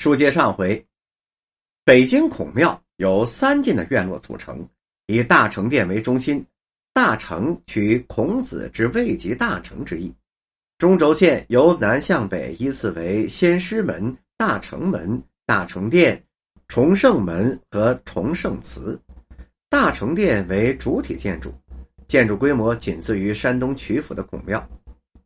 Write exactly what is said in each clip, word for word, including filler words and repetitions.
书接上回，北京孔庙由三进的院落组成，以大成殿为中心，大成取孔子之位极大成之意。中轴线由南向北依次为先师门、大成门、大成殿、崇圣门和崇圣祠。大成殿为主体建筑，建筑规模仅次于山东曲阜的孔庙。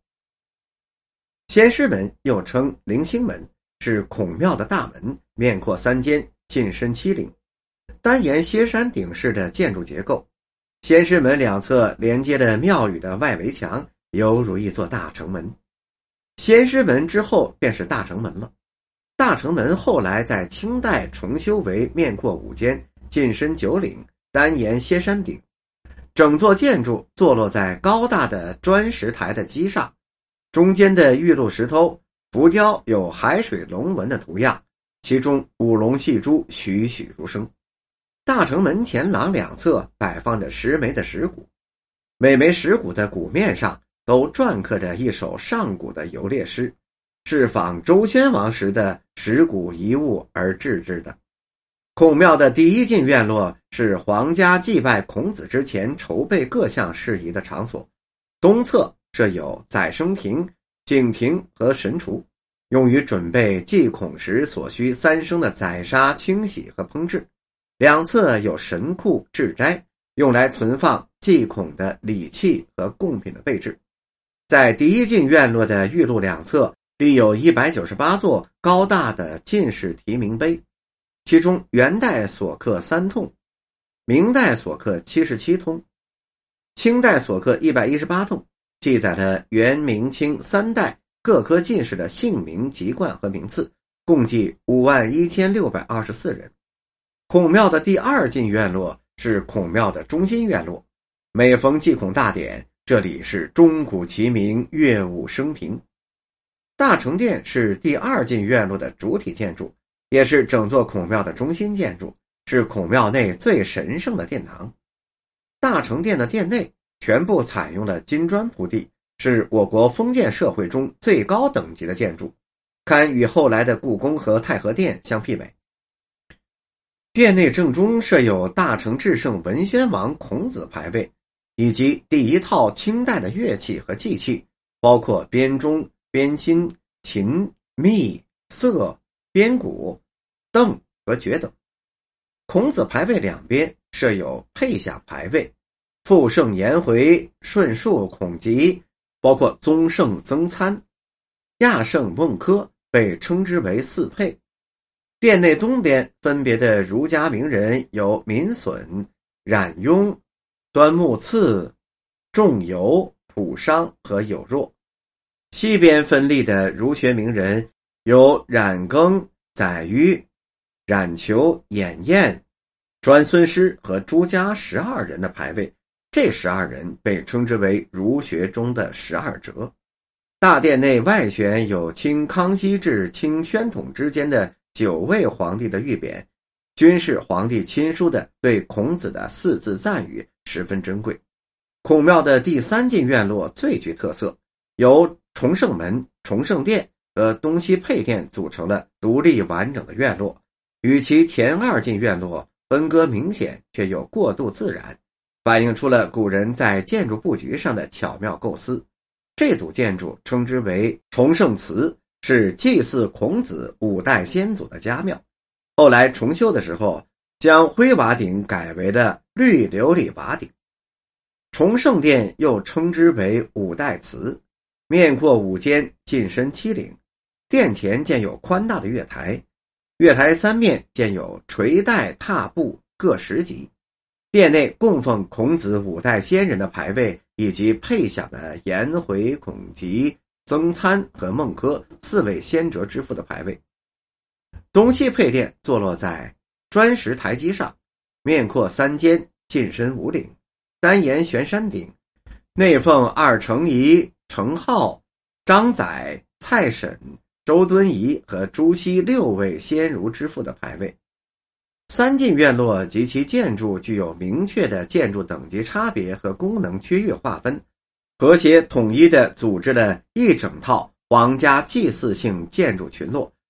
先师门又称灵星门，是孔庙的大门，面阔三间，进深七檩，单檐歇山顶式的建筑结构。先师门两侧连接的庙宇的外围墙犹如一座大城门。先师门之后便是大城门了。大城门后来在清代重修为面阔五间，进深九檩，单檐歇山顶。整座建筑坐落在高大的砖石台的基上，中间的玉露石头浮雕有海水龙纹的图样，其中五龙戏珠栩栩如生。大城门前廊两侧摆放着十枚的石鼓，每枚石鼓的鼓面上都篆刻着一首上古的游猎诗，是仿周宣王时的石鼓遗物而制制的。孔庙的第一进院落是皇家祭拜孔子之前筹备各项事宜的场所，东侧设有宰生亭、景亭和神厨，用于准备祭孔时所需三升的宰杀、清洗和烹制。两侧有神库、置斋，用来存放祭孔的礼器和贡品的备置。在第一进院落的玉露两侧立有一百九十八座高大的进士题名碑，其中元代所刻三通，明代所刻七十七通，清代所刻一百一十八通，记载了元、明、清三代各科进士的姓名、籍贯和名次，共计五万一千六百二十四人。孔庙的第二进院落是孔庙的中心院落，每逢祭孔大典，这里是钟鼓齐鸣，乐舞升平。大成殿是第二进院落的主体建筑，也是整座孔庙的中心建筑，是孔庙内最神圣的殿堂。大成殿的殿内全部采用了金砖铺地，是我国封建社会中最高等级的建筑，堪与后来的故宫和太和殿相媲美。殿内正中设有大成至圣文宣王孔子牌位，以及第一套清代的乐器和祭器，包括编钟、编琴、琴、密、瑟、编鼓、镫和角等。孔子牌位两边设有配享牌位，复圣颜回、顺述孔吉，包括宗圣曾参、亚圣孟轲，被称之为四配。殿内东边分别的儒家名人有闵损、冉雍、端木赐、仲由、朴商和有若。西边分立的儒学名人有冉耕、载虞、冉求、偃彦、专孙师和朱家十二人的牌位，这十二人被称之为儒学中的十二哲。大殿内外旋有清康熙至清宣统之间的九位皇帝的御匾，均是皇帝亲书的对孔子的四字赞语，十分珍贵。孔庙的第三进院落最具特色，由崇圣门、崇圣殿和东西配殿组成了独立完整的院落，与其前二进院落分割明显却又过度自然，反映出了古人在建筑布局上的巧妙构思。这组建筑称之为崇圣祠，是祭祀孔子五代先祖的家庙。后来重修的时候，将灰瓦顶改为了绿琉璃瓦顶。崇圣殿又称之为五代祠，面阔五间，进深七檩。殿前建有宽大的月台，月台三面建有垂带踏步各十级。殿内供奉孔子五代先人的牌位，以及配享的颜回、孔吉、曾参和孟轲四位先哲之父的牌位。东西配殿坐落在砖石台基上，面阔三间，进深五檩，单檐悬山顶，内奉二程颐、程颢、张载、蔡沈、周敦颐和朱熹六位先儒之父的牌位。三进院落及其建筑具有明确的建筑等级差别和功能区域划分，和谐统一地组织了一整套皇家祭祀性建筑群落，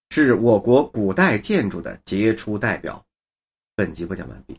是我国古代建筑的杰出代表。本集播讲完毕。